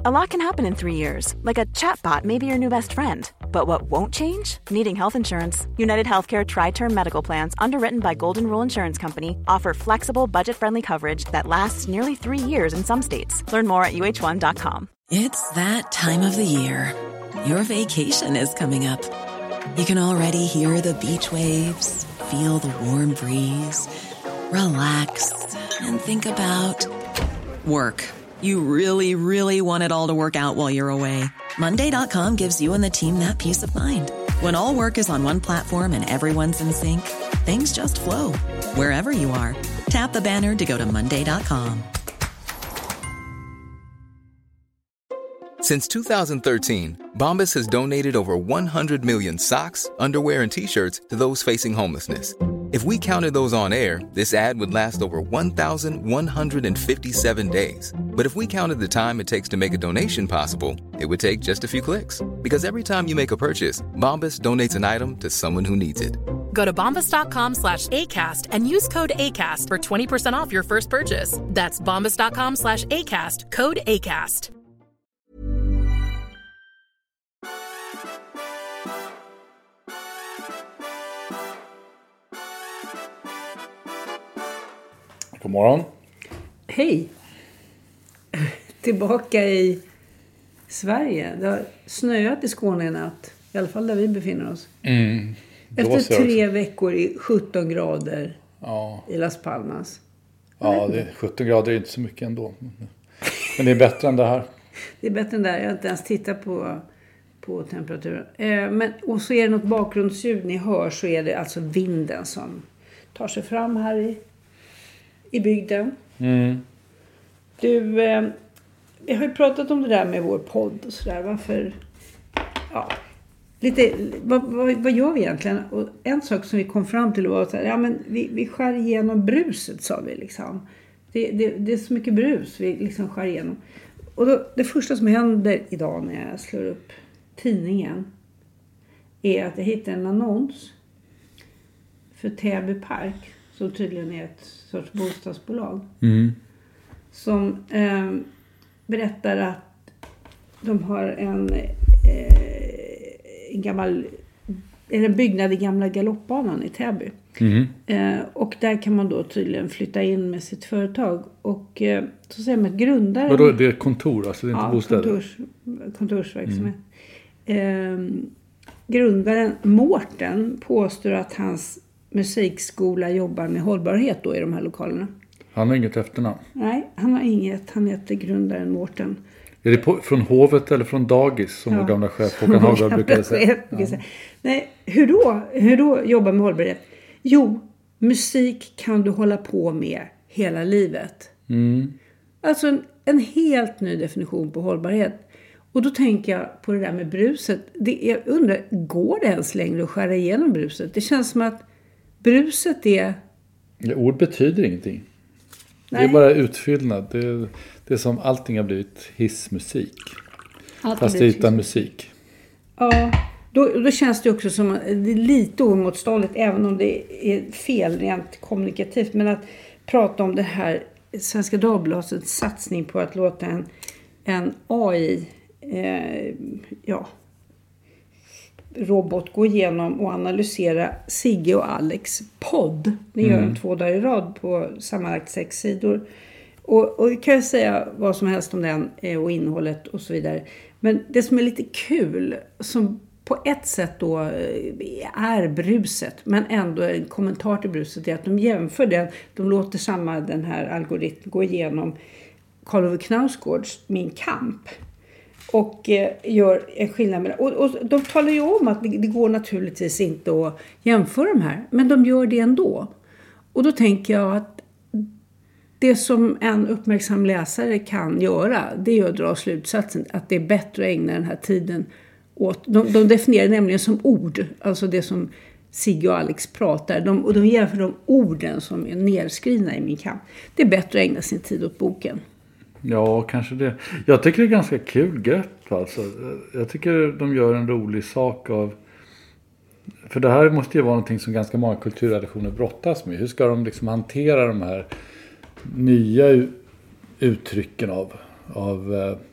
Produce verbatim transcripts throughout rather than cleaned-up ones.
A lot can happen in three years, like a chatbot may be your new best friend. But what won't change? Needing health insurance. United Healthcare Tri-Term Medical Plans, underwritten by Golden Rule Insurance Company, offer flexible, budget-friendly coverage that lasts nearly three years in some states. Learn more at U H one dot com. It's that time of the year. Your vacation is coming up. You can already hear the beach waves, feel the warm breeze, relax, and think about work. You really, really want it all to work out while you're away. Monday dot com gives you and the team that peace of mind. When all work is on one platform and everyone's in sync, things just flow. Wherever you are, tap the banner to go to Monday dot com. Since two thousand thirteen, Bombas has donated over one hundred million socks, underwear, and T-shirts to those facing homelessness. If we counted those on air, this ad would last over one thousand one hundred fifty-seven days. But if we counted the time it takes to make a donation possible, it would take just a few clicks. Because every time you make a purchase, Bombas donates an item to someone who needs it. Go to bombas dot com slash ACAST and use code ACAST for twenty percent off your first purchase. That's bombas dot com slash ACAST, code ACAST. God morgon. Hej. Tillbaka i Sverige. Det har snöat i Skåne i natt. I alla fall där vi befinner oss. Mm, Efter tre veckor i sjutton grader ja. i Las Palmas. Ja, det är sjutton grader är inte så mycket ändå. Men det är bättre än det här. Det är bättre än det här. Jag har inte ens tittat på, på temperaturen. Eh, men, och så är det något bakgrundsljud ni hör, så är det alltså vinden som tar sig fram här i i bygden. Mm. Du, eh, vi har ju pratat om det där med vår podd och sådär. Varför, ja, lite, vad, vad, vad gör vi egentligen? Och en sak som vi kom fram till var att ja, men vi, vi skär igenom bruset, sa vi liksom. Det, det, det är så mycket brus vi liksom skär igenom. Och då, det första som händer idag när jag slår upp tidningen är att jag hittar en annons för Täby Park, som tydligen är ett sorts bostadsbolag. Mm. Som eh, berättar att de har en, eh, en gammal en byggnad i gamla galoppbanan i Täby. Mm. Eh, och där kan man då tydligen flytta in med sitt företag. Och eh, så säger man att grundaren... Vadå, det är kontor, alltså det är inte ja, bostäder? Kontors, kontorsverksamhet. Mm. Eh, grundaren Mårten påstår att hans musikskola jobbar med hållbarhet då i de här lokalerna. Han har inget efternamn? Nej, han har inget. Han heter grundaren Mårten. Är det på, från hovet eller från dagis som ja. vår gamla chef Håkan Hagard brukade säga? Ja. Nej, hur då? Hur då jobba med hållbarhet? Jo, musik kan du hålla på med hela livet. Mm. Alltså en, en helt ny definition på hållbarhet. Och då tänker jag på det där med bruset. Det, jag undrar, går det ens längre att skära igenom bruset? Det känns som att bruset är... Ja, ord betyder ingenting. Nej. Det är bara utfyllnad. Det är, det är som allting har blivit hissmusik. Allt fast det är utan musik. Ja, då, då känns det också som det är lite oemotståndligt, även om det är fel rent kommunikativt. Men att prata om det här Svenska Dagbladets satsning på att låta en, en A I eh, ja, robot gå igenom och analysera Sigge och Alex podd. Det gör de mm. två dagar i rad på sammanlagt sex sidor. Och, och kan jag säga vad som helst om den och innehållet och så vidare. Men det som är lite kul, som på ett sätt då är bruset, men ändå en kommentar till bruset, är att de jämför den. De låter samma den här algoritm gå igenom Karl Ove Knausgårds Min kamp. Och eh, gör en skillnad med det. Och, och de talar ju om att det, det går naturligtvis inte att jämföra de här. Men de gör det ändå. Och då tänker jag att det som en uppmärksam läsare kan göra, det är att dra slutsatsen att det är bättre att ägna den här tiden åt. De, de definierar nämligen som ord, alltså det som Sigge och Alex pratar. De, och de jämför de orden som är nedskrivna i Min kamp. Det är bättre att ägna sin tid åt boken. Ja, kanske det. Jag tycker det är ganska kul grepp alltså. Jag tycker de gör en rolig sak av... För det här måste ju vara någonting som ganska många kulturredaktioner brottas med. Hur ska de liksom hantera de här nya uttrycken av, av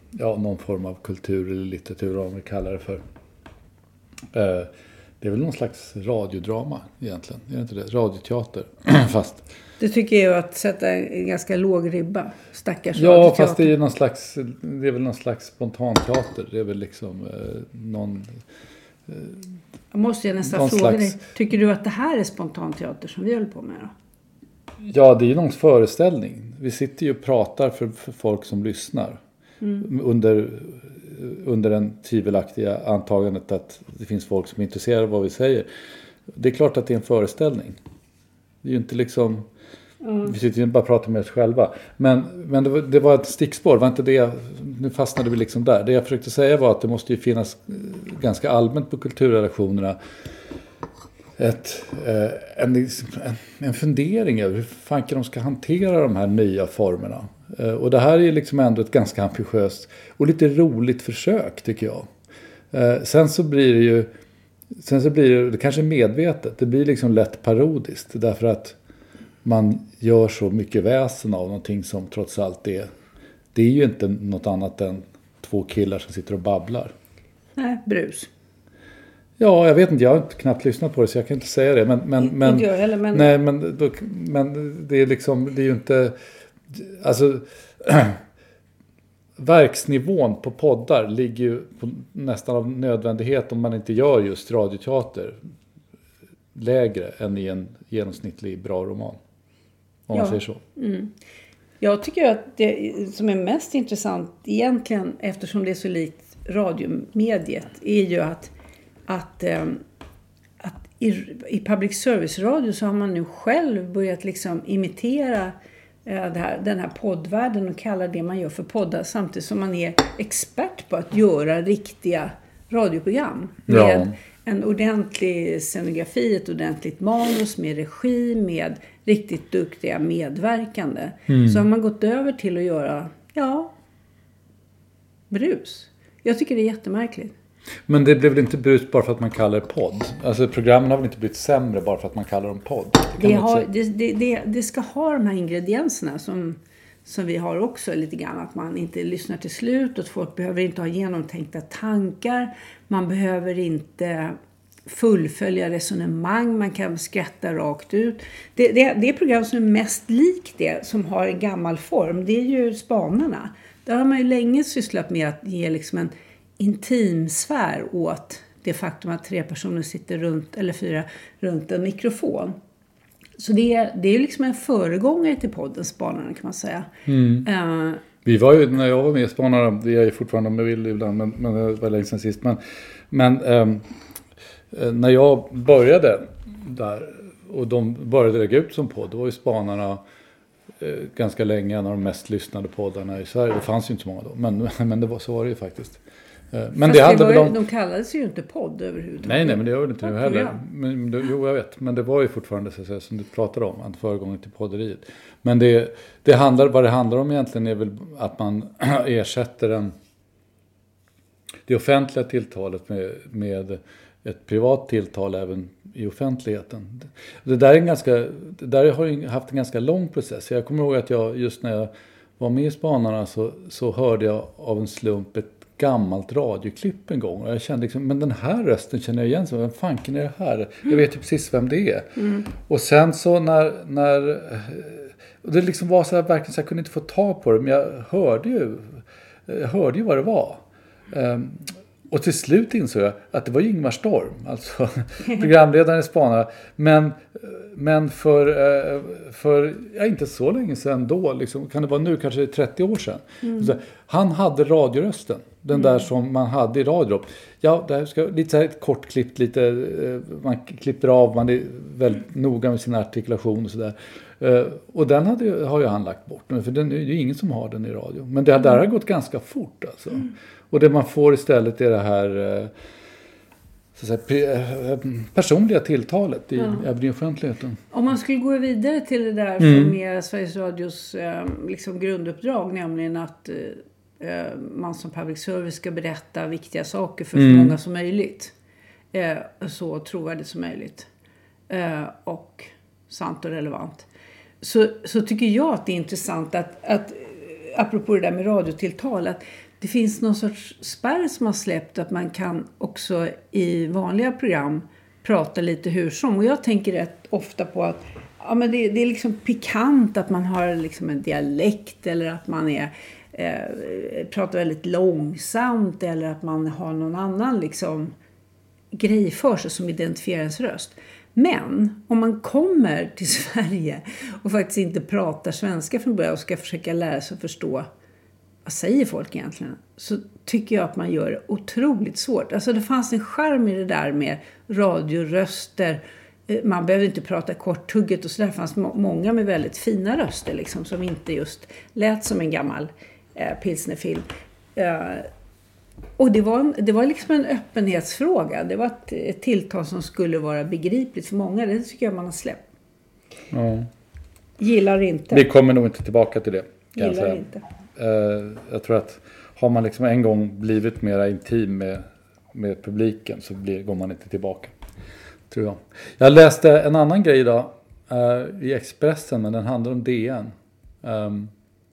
ja, någon form av kultur eller litteratur, vad man kallar det för. Eh, det är väl någon slags radiodrama egentligen, är det inte det? Radioteater, fast... Det tycker jag är att sätta en ganska låg ribba, stackars Ja, radioteater. fast det är, någon slags, det är väl någon slags spontanteater. Det är väl liksom eh, någon... Eh, jag måste jag nästan någon fråga slags... dig, tycker du att det här är spontanteater som vi håller på med då? Ja, det är ju någon föreställning. Vi sitter ju och pratar för, för folk som lyssnar. Mm. Under, under den tvivelaktiga antagandet att det finns folk som är intresserade av vad vi säger. Det är klart att det är en föreställning. Det är ju inte liksom... Mm. Vi sitter ju bara och pratar med oss själva. Men, men det, var, det var ett stickspår. Det var inte det, nu fastnade vi liksom där. Det jag försökte säga var att det måste ju finnas ganska allmänt på kulturrelationerna ett, eh, en, en, en fundering över hur fan de ska hantera de här nya formerna. Eh, och det här är liksom ändå ett ganska ambitiöst och lite roligt försök, tycker jag. Eh, sen så blir det ju, sen så blir det, det kanske medvetet, det blir liksom lätt parodiskt. Därför att man gör så mycket väsen av någonting som trots allt är, det är ju inte något annat än två killar som sitter och babblar. Nej, brus. Ja, jag vet inte, jag har inte knappt lyssnat på det så jag kan inte säga det. Men, men, men, inte jag heller, men... Nej, men, då, men det är liksom, det är ju inte, alltså verksnivån på poddar ligger ju på nästan av nödvändighet om man inte gör just radioteater lägre än i en genomsnittlig bra roman. Om ja. man säger så. Mm. Jag tycker att det som är mest intressant egentligen, eftersom det är så likt radiomediet, är ju att Att, eh, att i, i public service radio så har man nu själv börjat liksom imitera eh, det här, den här poddvärlden och kalla det man gör för poddar, samtidigt som man är expert på att göra riktiga radioprogram med Ja. en ordentlig scenografi, ett ordentligt manus med regi, med riktigt duktiga medverkande. Mm. Så har man gått över till att göra, ja, brus. Jag tycker det är jättemärkligt. Men det blev väl inte brus bara för att man kallar det podd? Alltså programmen har väl inte blivit sämre bara för att man kallar dem podd? Det, det, har, det, det, det, det ska ha de här ingredienserna som, som vi har också lite grann. Att man inte lyssnar till slut och att folk behöver inte ha genomtänkta tankar. Man behöver inte fullfölja resonemang. Man kan skratta rakt ut. Det, det, det program som är mest likt det, som har en gammal form, det är ju Spanarna. Där har man ju länge sysslat med att ge liksom en intimsfär åt det faktum att tre personer sitter runt, eller fyra, runt en mikrofon. Så det är, det är liksom en föregångare till podden Spanarna, kan man säga. Mm. Uh, vi var ju, när jag var med i Spanarna, det är ju fortfarande med vill ibland, men, men det var länge sedan sist. Men, men um, när jag började där och de började lägga ut som podd, då var ju Spanarna eh, ganska länge en av de mest lyssnade poddarna i Sverige. Det fanns ju inte så många då, men, men det var, så var det ju faktiskt. Men det det var ju, om... de kallades ju inte podd överhuvudtaget. Nej, nej, men det gör det inte nu heller. Men, jo, jag vet. Men det var ju fortfarande så att säga, som du pratade om, att föregången till podderiet. Men det, det handlar, vad det handlar om egentligen är väl att man ersätter en, det offentliga tilltalet med, med ett privat tilltal även i offentligheten. Det där, är en ganska, det där har ju haft en ganska lång process. Jag kommer ihåg att jag, just när jag var med i Spanarna så, så hörde jag av en slump ett gammalt radioklipp en gång. Och jag kände liksom, men den här rösten känner jag igen. Så, vem fanken är det här? Jag vet ju precis vem det är. Mm. Och sen så när, när och det liksom var så här, verkligen så jag kunde inte få ta på det. Men jag hörde ju, jag hörde ju vad det var. Um, och till slut insåg jag att det var Ingmar Storm. Alltså programledaren i Spanarna. Men, men för, för ja, inte så länge sedan då. Liksom, kan det vara nu, kanske trettio år sedan. Mm. Så, han hade radiorösten. Den mm. där som man hade i radio. Ja, det här ska lite så här ett kort klippt, lite, man klipper av, man är väldigt noga med sin artikulation och sådär. Och den hade, har ju han lagt bort. För den, det är ju ingen som har den i radio. Men det där har gått ganska fort alltså. Mm. Och det man får istället är det här så att säga, personliga tilltalet i, ja. i offentligheten. Om man skulle gå vidare till det där mm. som är Sveriges Radios liksom grunduppdrag, nämligen att man som public service ska berätta viktiga saker för mm. så många som möjligt. Så trovärdigt som möjligt. Och sant och relevant. Så, så tycker jag att det är intressant att, att apropå det där med radiotilltal, att det finns någon sorts spärr som har släppt att man kan också i vanliga program prata lite hur som. Och jag tänker rätt ofta på att ja, men det, det är liksom pikant att man har liksom en dialekt eller att man är, eh, pratar väldigt långsamt eller att man har någon annan liksom grej för sig som identifierar ens röst. Men om man kommer till Sverige och faktiskt inte pratar svenska från början och ska försöka lära sig att förstå vad säger folk egentligen, så tycker jag att man gör det otroligt svårt. Alltså det fanns en charm i det där med radioröster. Man behövde inte prata korthugget och så där. Det fanns må- många med väldigt fina röster liksom, som inte just lät som en gammal eh, pilsnerfilm. Eh, och det var, det var liksom en öppenhetsfråga. Det var ett, ett tilltal som skulle vara begripligt för många. Det tycker jag man har släppt. Ja. Gillar inte. Vi kommer nog inte tillbaka till det. Gillar inte. Uh, jag tror att har man liksom en gång blivit mer intim med, med publiken så blir, går man inte tillbaka. Tror jag. Jag läste en annan grej idag uh, i Expressen, men den handlar om D N. Um,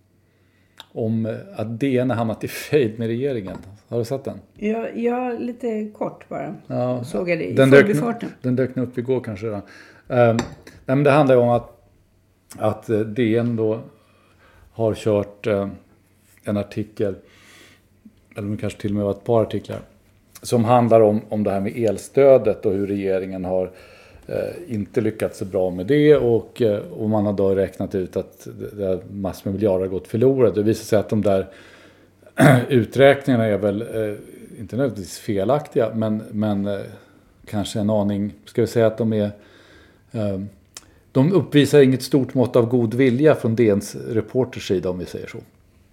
om att D N har hamnat i fejd med regeringen. Har du sett den? Ja, ja lite kort bara. Ja, såg jag det i den dök, den dök upp igår kanske redan. Um, nej, men det handlar ju om att, att D N då har kört uh, en artikel, eller det kanske till och med var ett par artiklar, som handlar om, om det här med elstödet och hur regeringen har eh, inte lyckats så bra med det, och, eh, och man har då räknat ut att det, det massor med miljarder har gått förlorade. Det visar sig att de där uträkningarna är väl eh, inte nödvändigtvis felaktiga, men, men eh, kanske en aning, ska vi säga att de är eh, de uppvisar inget stort mått av god vilja från D N:s reporters sida, om vi säger så.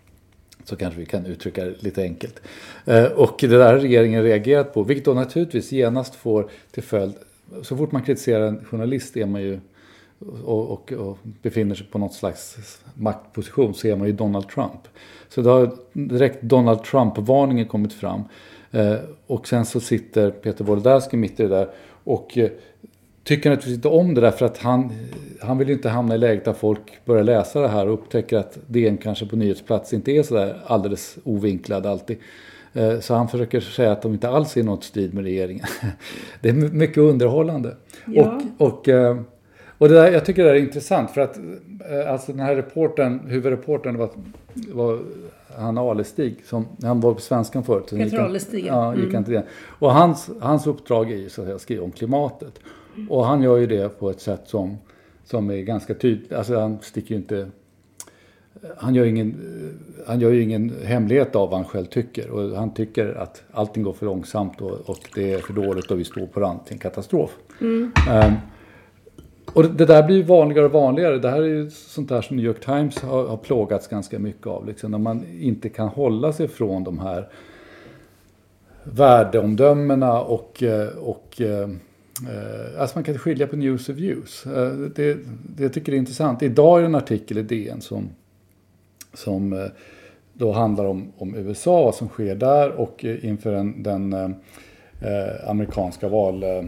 Så kanske vi kan uttrycka det lite enkelt. Eh, och det där har regeringen reagerat på, vilket då naturligtvis genast får till följd, så fort man kritiserar en journalist är man ju, och, och, och befinner sig på något slags maktposition, så är man ju Donald Trump. Så då har direkt Donald Trump-varningen kommit fram. Eh, och sen så sitter Peter Wolodarski mitt i det där och eh, tycker naturligtvis inte om det där, för att han, han vill ju inte hamna i läget där folk börjar läsa det här och upptäcker att D N kanske på nyhetsplats inte är så där alldeles ovinklad alltid. Så han försöker säga att de inte alls är något strid med regeringen. Det är mycket underhållande. Ja. Och, och, och det där, jag tycker det är intressant, för att alltså den här reportern, huvudreportern var, var han Alestig, som han var på Svenskan förut. Peter Alestig. Ja, gick han till det. Och hans, hans uppdrag är ju så att säga, skriva om klimatet. Och han gör ju det på ett sätt som, som är ganska tydligt. Alltså han sticker ju inte... Han gör, ingen, han gör ju ingen hemlighet av vad han själv tycker. Och han tycker att allting går för långsamt och, och det är för dåligt och vi står på rand till en katastrof. Mm. Um, och det där blir ju vanligare och vanligare. Det här är ju sånt där som New York Times har, har plågats ganska mycket av. Liksom, när man inte kan hålla sig från de här värdeomdömena och... och Uh, alltså man kan inte skilja på news och views. Uh, det, det jag tycker är intressant. Idag är det en artikel i D N som, som uh, då handlar om, om U S A, vad som sker där, och uh, inför en, den uh, amerikanska val... Uh,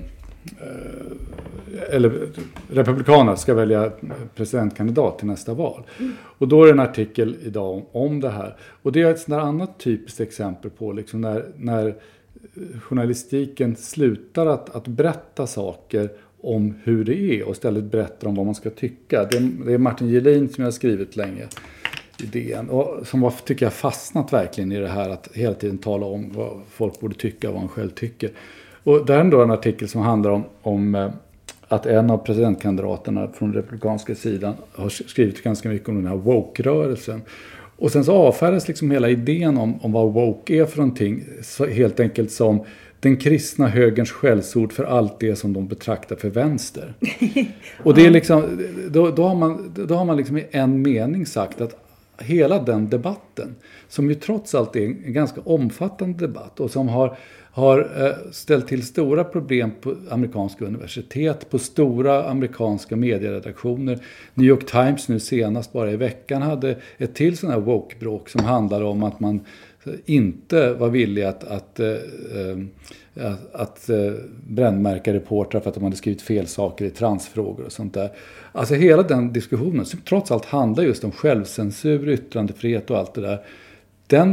eller republikanerna ska välja presidentkandidat till nästa val. Mm. Och då är det en artikel idag om, om det här. Och det är ett sådant annat typiskt exempel på liksom när... när journalistiken slutar att, att berätta saker om hur det är och istället berättar om vad man ska tycka. Det är, det är Martin Gelin som jag har skrivit länge i D N och som var, tycker jag, fastnat verkligen i det här att hela tiden tala om vad folk borde tycka och vad man själv tycker. Och där är ändå en artikel som handlar om, om att en av presidentkandidaterna från republikanska sidan har skrivit ganska mycket om den här woke-rörelsen. Och sen så avfärdas liksom hela idén om, om vad woke är för någonting, så helt enkelt som den kristna högerns skällsord för allt det som de betraktar för vänster. Och det är liksom, då, då har man, då har man liksom i en mening sagt att hela den debatten, som ju trots allt är en ganska omfattande debatt och som har, har eh, ställt till stora problem på amerikanska universitet, på stora amerikanska medieredaktioner. New York Times nu senast bara i veckan hade ett till sån här woke-bråk som handlar om att man inte var villig att, att, äh, att, att äh, brännmärka reportrar för att de hade skrivit fel saker i transfrågor och sånt där. Alltså hela den diskussionen som trots allt handlar just om självcensur, yttrandefrihet och allt det där. Den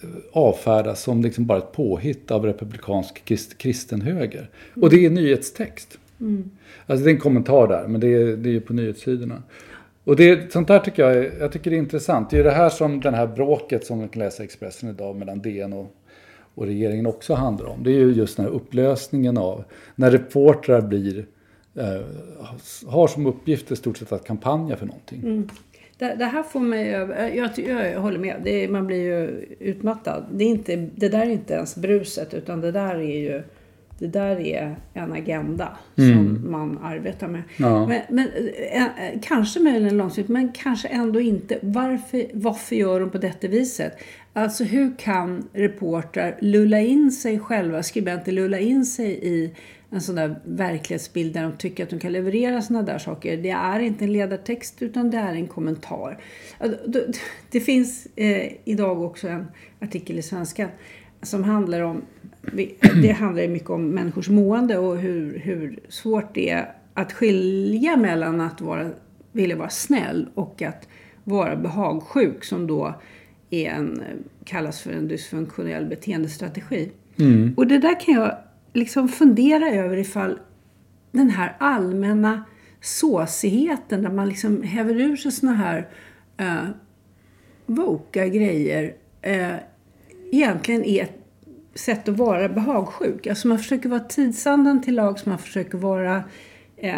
avfärdas som liksom bara ett påhitt av republikansk krist, kristen höger. Och det är nyhetstext. Mm. Alltså det är en kommentar där, men det är, det är ju på nyhetssidorna. Och det, sånt där tycker jag, jag tycker det är intressant. Det är det här som den här bråket som man kan läsa i Expressen idag mellan D N och, och regeringen också handlar om. Det är ju just den här upplösningen av när reportrar blir, eh, har som uppgift i stort sett att kampanja för någonting. Mm. Det, det här får mig, jag, jag, jag håller med, det är, man blir ju utmattad. Det, är inte, det där är inte ens bruset, utan det där är ju det där är en agenda mm. som man arbetar med. Ja. Men, men äh, kanske möjligen långsiktigt, men kanske ändå inte. Varför, varför gör de på detta viset? Alltså hur kan reportrar lulla in sig själva, skribenter lulla in sig i en sån där verklighetsbild där de tycker att de kan leverera såna där saker. Det är inte en ledartext utan det är en kommentar. Det finns eh, idag också en artikel i Svenska som handlar om, det handlar mycket om människors mående och hur, hur svårt det är att skilja mellan att vara, vilja vara snäll och att vara behagsjuk, som då är en, kallas för en dysfunktionell beteendestrategi. Mm. Och det där kan jag liksom fundera över ifall den här allmänna såsigheten där man liksom häver ur sig såna här uh, voka grejer uh, egentligen är ett sätt att vara behagsjuk. Alltså man försöker vara tidsandan till lags, man försöker vara eh,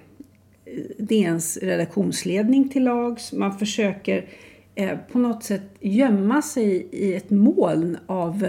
D N:s redaktionsledning till lags, man försöker eh, på något sätt gömma sig i ett moln av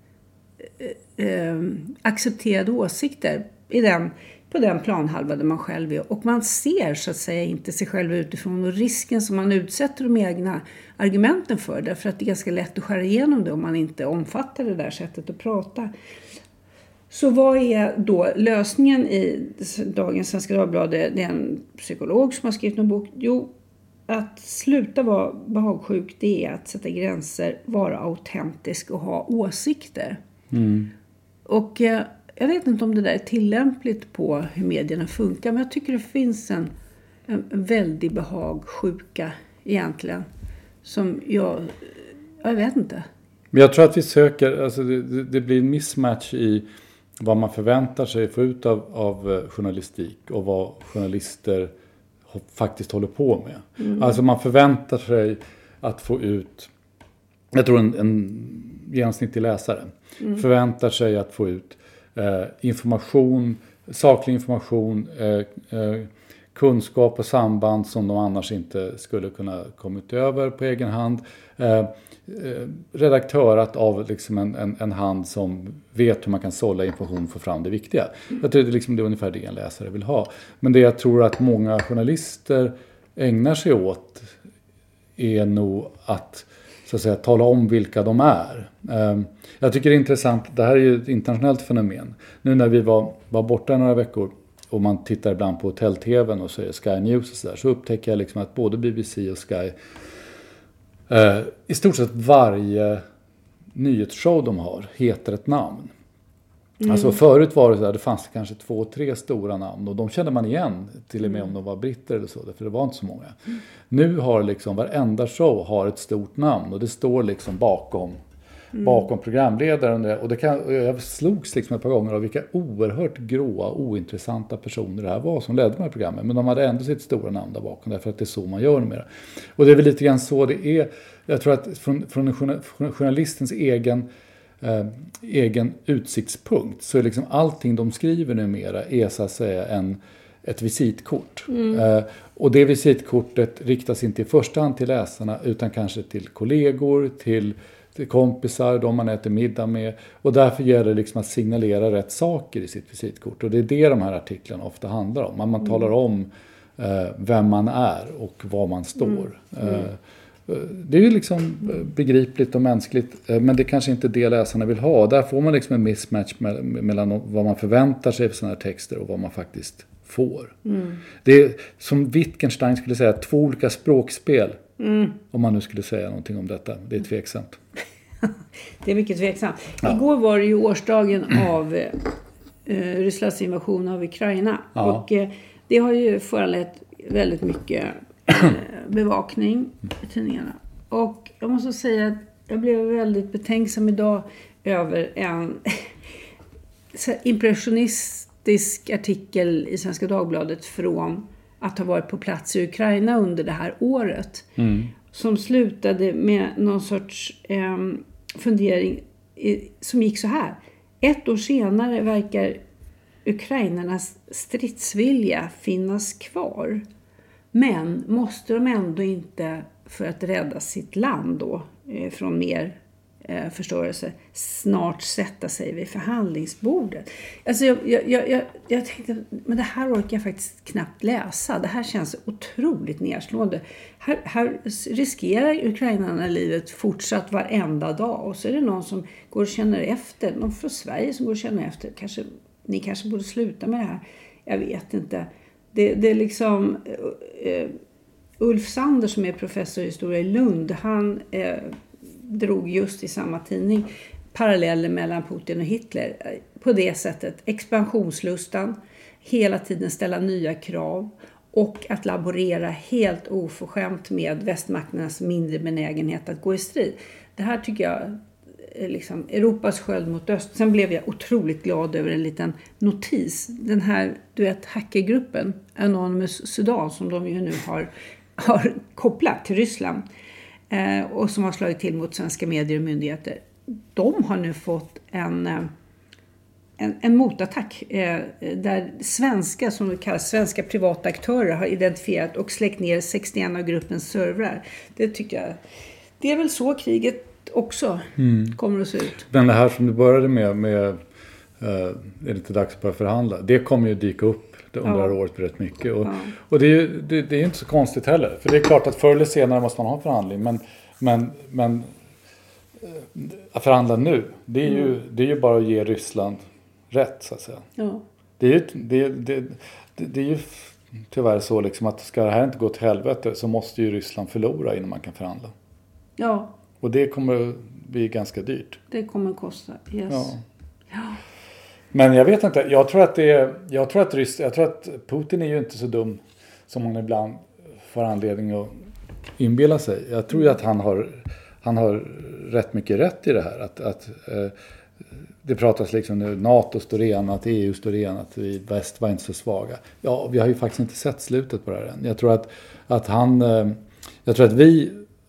eh, eh, accepterade åsikter i den, på den planhalva där man själv är. Och man ser så att säga inte sig själv utifrån, och risken som man utsätter de egna argumenten för. Därför att det är ganska lätt att skära igenom det om man inte omfattar det där sättet att prata. Så vad är då lösningen i dagens Svenska Dagbladet? Det är en psykolog som har skrivit en bok. Jo, att sluta vara behagsjuk, det är att sätta gränser, vara autentisk och ha åsikter. Mm. Och eh, jag vet inte om det där är tillämpligt på hur medierna funkar, men jag tycker det finns en, en, en väldig behagsjuka egentligen. Som jag, jag vet inte. Men jag tror att vi söker, alltså det, det blir en mismatch i vad man förväntar sig få ut av, av journalistik och vad journalister faktiskt håller på med. Mm. Alltså man förväntar sig att få ut, jag tror en, en genomsnittlig läsare mm. förväntar sig att få ut eh, information, saklig information, eh, eh, kunskap och samband som de annars inte skulle kunna komma över på egen hand. Eh, eh, redaktörat av liksom en, en, en hand som vet hur man kan sålla information och få fram det viktiga. Jag tror det är, liksom, det är ungefär det en läsare vill ha. Men det jag tror att många journalister ägnar sig åt är nog att, så att säga, tala om vilka de är. Eh, jag tycker det är intressant, det här är ju ett internationellt fenomen. Nu när vi var, var borta några veckor och man tittar ibland på hotell-tvn och säger Sky News och sådär, så upptäcker jag liksom att både B B C och Sky eh, i stort sett varje nyhetsshow de har heter ett namn. Mm. Alltså förut var det så här, det fanns kanske två, tre stora namn och de kände man igen till och med om de var britter eller så, för det var inte så många. Mm. Nu har liksom varenda show har ett stort namn och det står liksom bakom Mm. bakom programledaren, och det kan, jag slogs liksom ett par gånger av vilka oerhört gråa, ointressanta personer det här var som ledde de här programmen, men de hade ändå sitt stora namn där bakom, därför att det är så man gör med. Och det är väl lite grann så det är. Jag tror att från, från, från journalistens egen eh, egen utsiktspunkt så är liksom allting de skriver numera är så att säga en ett visitkort. Mm. Eh, och det visitkortet riktas inte i första hand till läsarna utan kanske till kollegor, till till kompisar, de man äter middag med. Och därför gäller det liksom att signalera rätt saker i sitt visitkort. Och det är det de här artiklarna ofta handlar om. Man, man mm. talar om eh, vem man är och var man står. Mm. Mm. Eh, det är ju liksom begripligt och mänskligt, eh, men det kanske inte det läsarna vill ha. Där får man liksom en mismatch me- mellan vad man förväntar sig för sådana här texter och vad man faktiskt får. Mm. Det är som Wittgenstein skulle säga, två olika språkspel. Mm. Om man nu skulle säga någonting om detta. Det är tveksamt. Det är mycket tveksamt. Ja. Igår var det ju årsdagen av eh, Rysslands invasion av Ukraina. Ja. Och eh, det har ju föranlett väldigt mycket eh, bevakning i tidningarna. Och jag måste säga att jag blev väldigt betänksam idag över en impressionistisk artikel i Svenska Dagbladet från att ha varit på plats i Ukraina under det här året. Mm. Som slutade med någon sorts eh, fundering eh, som gick så här. Ett år senare verkar ukrainarnas stridsvilja finnas kvar. Men måste de ändå inte, för att rädda sitt land då eh, från mer eh, förstörelse, snart sätta sig vid förhandlingsbordet? Alltså jag, jag, jag, jag tänkte, men det här orkar jag faktiskt knappt läsa. Det här känns otroligt nedslående. Här, här riskerar ukrainarna livet fortsatt varenda dag. Och så är det någon som går och känner efter. Någon från Sverige som går och känner efter. Kanske, ni kanske borde sluta med det här. Jag vet inte. Det, det är liksom... Uh, Ulf Sander som är professor i historia i Lund. Han uh, drog just i samma tidning paralleller mellan Putin och Hitler. På det sättet. Expansionslustan. Hela tiden ställa nya krav. Och att laborera helt oförskämt med västmakternas mindre benägenhet att gå i strid. Det här tycker jag är liksom Europas sköld mot öst. Sen blev jag otroligt glad över en liten notis. Den här, du vet, hackergruppen Anonymous Sudan som de ju nu har, har kopplat till Ryssland. Eh, och som har slagit till mot svenska medier och myndigheter. De har nu fått en... En, en motattack eh, där svenska, som det kallas, svenska privata aktörer har identifierat och släckt ner sextioen av gruppens servrar. Det tycker jag, det är väl så kriget också mm. kommer att se ut. Men det här som du började med, med eh, är det inte dags att börja förhandla, det kommer ju dyka upp under ja. det här året rätt mycket. Och, ja. och det är ju det, det är inte så konstigt heller, för det är klart att förr eller senare måste man ha förhandling, men, men, men att förhandla nu, det är, mm. ju, det är ju bara att ge Ryssland rätt, så att säga. Ja. Det, är ju, det, det, det, det är ju tyvärr så liksom att ska det här inte gå till helvete så måste ju Ryssland förlora innan man kan förhandla. Ja. Och det kommer bli ganska dyrt. Det kommer kosta, yes. Ja. Ja. Men jag vet inte, jag tror att det är, jag tror att Ryss, jag tror att Putin är ju inte så dum som han ibland får anledning att inbilla sig. Jag tror ju att han har, han har rätt mycket rätt i det här. Att, att eh, det pratas liksom nu, NATO står enat, E U står enat, vi väst var inte så svaga. Ja, vi har ju faktiskt inte sett slutet på det här än. Jag tror att, att han, jag tror att vi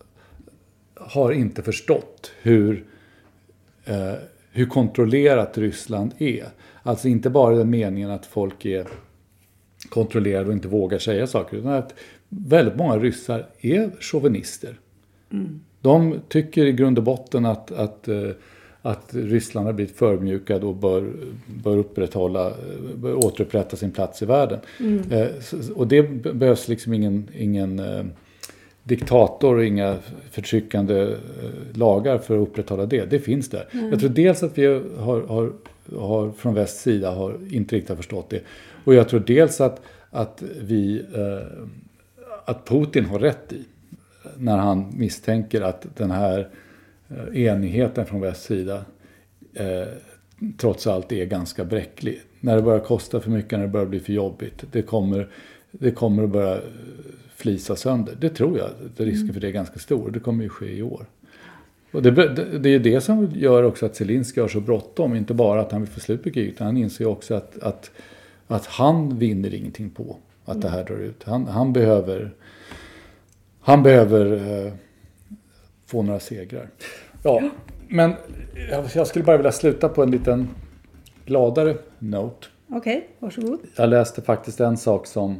har inte förstått hur, eh, hur kontrollerat Ryssland är. Alltså inte bara den meningen att folk är kontrollerade och inte vågar säga saker, utan att väldigt många ryssar är chauvinister. Mm. De tycker i grund och botten att, att att Ryssland har blivit förmjukad och bör, bör upprätthålla, bör återupprätta sin plats i världen. Mm. Eh, och det behövs liksom ingen, ingen eh, diktator och inga förtryckande eh, lagar för att upprätthålla det. Det finns där. Mm. Jag tror dels att vi har, har, har från västs sida har inte riktigt förstått det. Och jag tror dels att, att, vi, eh, att Putin har rätt i när han misstänker att den här enigheten från västs sida eh, trots allt är ganska bräcklig. När det börjar kosta för mycket, när det börjar bli för jobbigt, det kommer, det kommer att börja flisa sönder. Det tror jag, det risken för det är ganska stor. Det kommer ju ske i år. Och det, det, det är det som gör också att Zelenskyj gör så bråttom. Inte bara att han vill få slut på kriget, utan han inser också att, att, att han vinner ingenting på att det här drar ut. Han, han behöver han behöver eh, få några segrar. Ja, ja. Men jag skulle bara vilja sluta på en liten gladare note. Okej, okay, varsågod. Jag läste faktiskt en sak som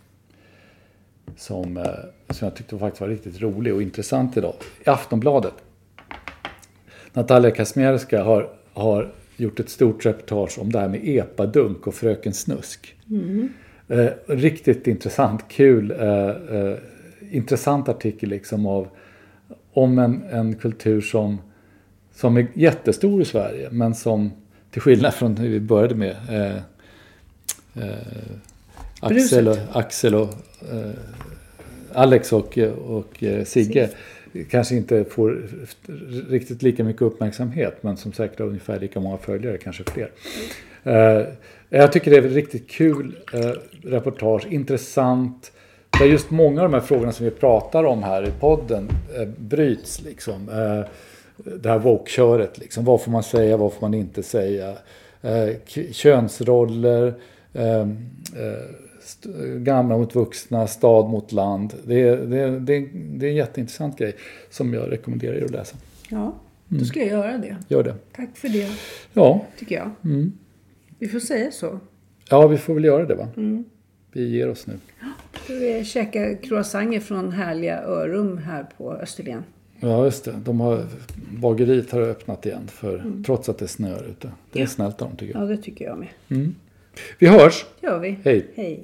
som, eh, som jag tyckte faktiskt var riktigt rolig och intressant idag. I Aftonbladet. Natalia Kazmierska har, har gjort ett stort reportage om det här med epadunk och fröken Snusk. Mm. Eh, riktigt intressant, kul, eh, eh, intressant artikel liksom av om en, en kultur som, som är jättestor i Sverige, men som till skillnad från hur vi började med eh, eh, Axel och, Axel och eh, Alex och, och eh, Sigge kanske inte får riktigt lika mycket uppmärksamhet, men som säkert har ungefär lika många följare, kanske fler. Eh, jag tycker det är ett riktigt kul eh, reportage, intressant, där just många av de här frågorna som vi pratar om här i podden eh, bryts liksom. Eh, det här woke-köret. Liksom. Vad får man säga, vad får man inte säga? Eh, könsroller, eh, eh, st- gamla mot vuxna, stad mot land. Det är, det, är, det, är, det är en jätteintressant grej som jag rekommenderar er att läsa. Ja, då ska jag göra det. Gör det. Tack för det, Ja. tycker jag. Mm. Vi får säga så. Ja, vi får väl göra det va? Mm. Vi ger oss nu. Vi käkar croissanter från härliga Örum här på Österlen. Ja, just det. De har, bageriet har öppnat igen för, mm. trots att det snöar ute. Det är ja. snällt av dem tycker jag. Ja, det tycker jag med. Mm. Vi hörs. Gör vi. Hej. Hej.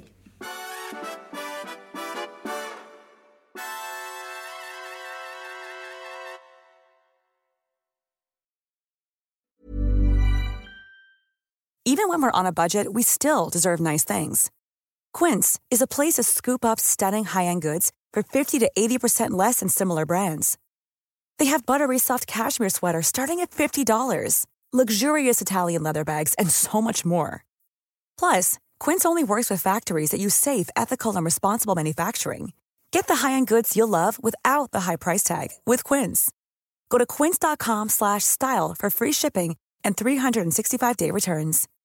Even when we're on a budget, we still deserve nice things. Quince is a place to scoop up stunning high-end goods for fifty to eighty percent less than similar brands. They have buttery soft cashmere sweaters starting at fifty dollars, luxurious Italian leather bags, and so much more. Plus, Quince only works with factories that use safe, ethical, and responsible manufacturing. Get the high-end goods you'll love without the high price tag with Quince. Go to quince dot com slash style for free shipping and three hundred sixty-five day returns.